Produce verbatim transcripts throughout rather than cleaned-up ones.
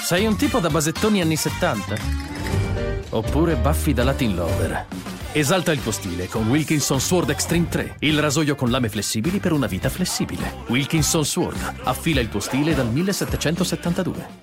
Sei un tipo da basettoni anni settanta? Oppure baffi da Latin Lover? Esalta il tuo stile con Wilkinson Sword Extreme tre, il rasoio con lame flessibili per una vita flessibile. Wilkinson Sword, affila il tuo stile dal millesettecentosettantadue.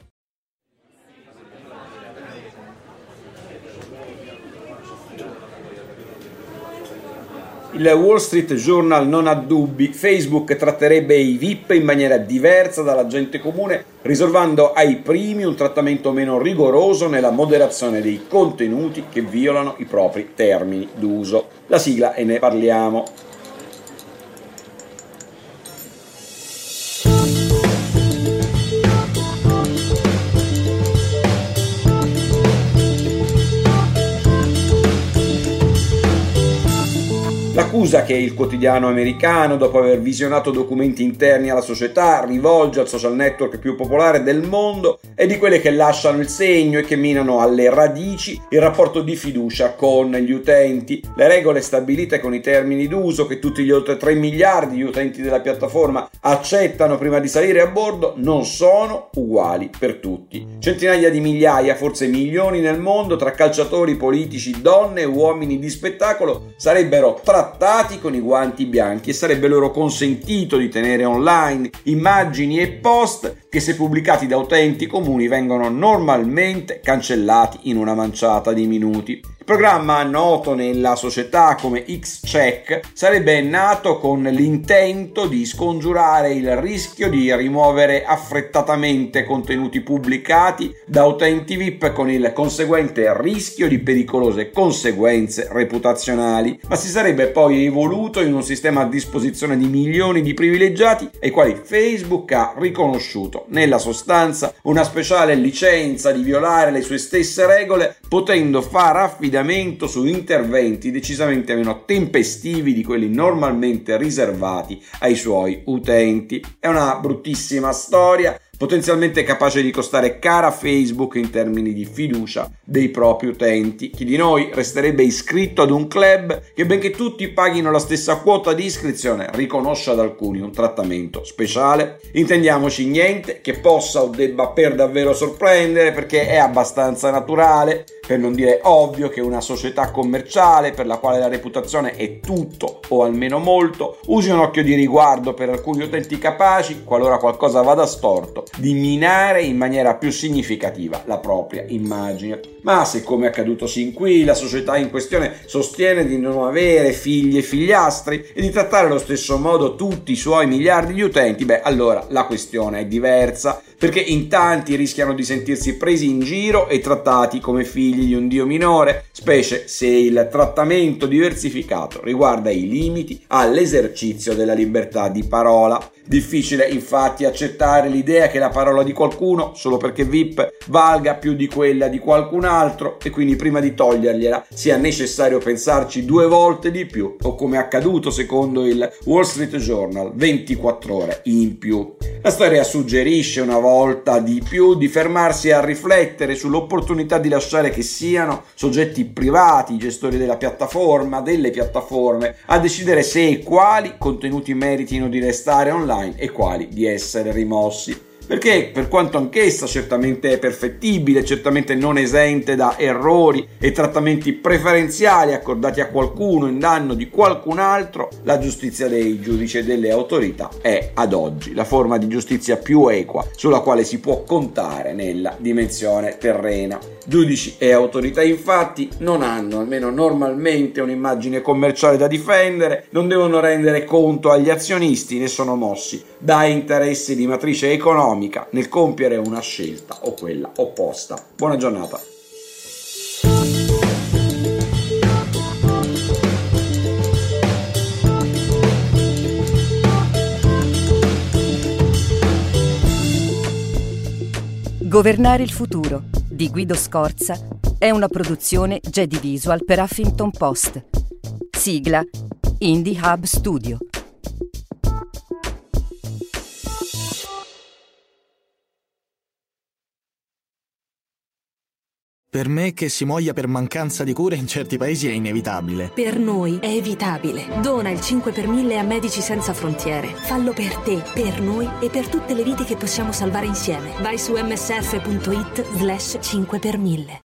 Il Wall Street Journal non ha dubbi, Facebook tratterebbe i V I P in maniera diversa dalla gente comune, riservando ai primi un trattamento meno rigoroso nella moderazione dei contenuti che violano i propri termini d'uso. La sigla e ne parliamo. L'accusa che il quotidiano americano, dopo aver visionato documenti interni alla società, rivolge al social network più popolare del mondo è di quelle che lasciano il segno e che minano alle radici il rapporto di fiducia con gli utenti. Le regole stabilite con i termini d'uso che tutti gli oltre tre miliardi di utenti della piattaforma accettano prima di salire a bordo non sono uguali per tutti. Centinaia di migliaia, forse milioni nel mondo, tra calciatori, politici, donne e uomini di spettacolo, sarebbero trattati con i guanti bianchi e sarebbe loro consentito di tenere online immagini e post che, se pubblicati da utenti comuni, vengono normalmente cancellati in una manciata di minuti. Il programma, noto nella società come X-Check, sarebbe nato con l'intento di scongiurare il rischio di rimuovere affrettatamente contenuti pubblicati da utenti V I P, con il conseguente rischio di pericolose conseguenze reputazionali, ma si sarebbe poi evoluto in un sistema a disposizione di milioni di privilegiati ai quali Facebook ha riconosciuto nella sostanza una speciale licenza di violare le sue stesse regole, potendo far affidamento su interventi decisamente meno tempestivi di quelli normalmente riservati ai suoi utenti. È una bruttissima storia, potenzialmente capace di costare cara a Facebook in termini di fiducia dei propri utenti. Chi di noi resterebbe iscritto ad un club che, benché tutti paghino la stessa quota di iscrizione, riconosce ad alcuni un trattamento speciale? Intendiamoci, niente che possa o debba per davvero sorprendere, perché è abbastanza naturale, per non dire ovvio, che una società commerciale per la quale la reputazione è tutto o almeno molto usi un occhio di riguardo per alcuni utenti capaci, qualora qualcosa vada storto, di minare in maniera più significativa la propria immagine. Ma se, come è accaduto sin qui, la società in questione sostiene di non avere figli e figliastri e di trattare allo stesso modo tutti i suoi miliardi di utenti, beh, allora la questione è diversa, perché in tanti rischiano di sentirsi presi in giro e trattati come figli di un dio minore, specie se il trattamento diversificato riguarda i limiti all'esercizio della libertà di parola. Difficile infatti accettare l'idea che la parola di qualcuno, solo perché V I P, valga più di quella di qualcun altro, e quindi prima di togliergliela sia necessario pensarci due volte di più, o, come è accaduto secondo il Wall Street Journal, ventiquattro ore in più. La storia suggerisce una volta di più di fermarsi a riflettere sull'opportunità di lasciare che siano soggetti privati, gestori della piattaforma, delle piattaforme, a decidere se e quali contenuti meritino di restare online e quali di essere rimossi. Perché, per quanto anch'essa certamente perfettibile, certamente non esente da errori e trattamenti preferenziali accordati a qualcuno in danno di qualcun altro, la giustizia dei giudici e delle autorità è ad oggi la forma di giustizia più equa sulla quale si può contare nella dimensione terrena. Giudici e autorità infatti non hanno, almeno normalmente, un'immagine commerciale da difendere, non devono rendere conto agli azionisti, né sono mossi da interessi di matrice economica nel compiere una scelta o quella opposta. Buona giornata. Governare il futuro di Guido Scorza è una produzione Jedi Visual per Huffington Post. Sigla Indie Hub Studio. Per me che si muoia per mancanza di cure in certi paesi è inevitabile. Per noi è evitabile. Dona il cinque per mille a Medici Senza Frontiere. Fallo per te, per noi e per tutte le vite che possiamo salvare insieme. Vai su msf punto it slash cinque per mille.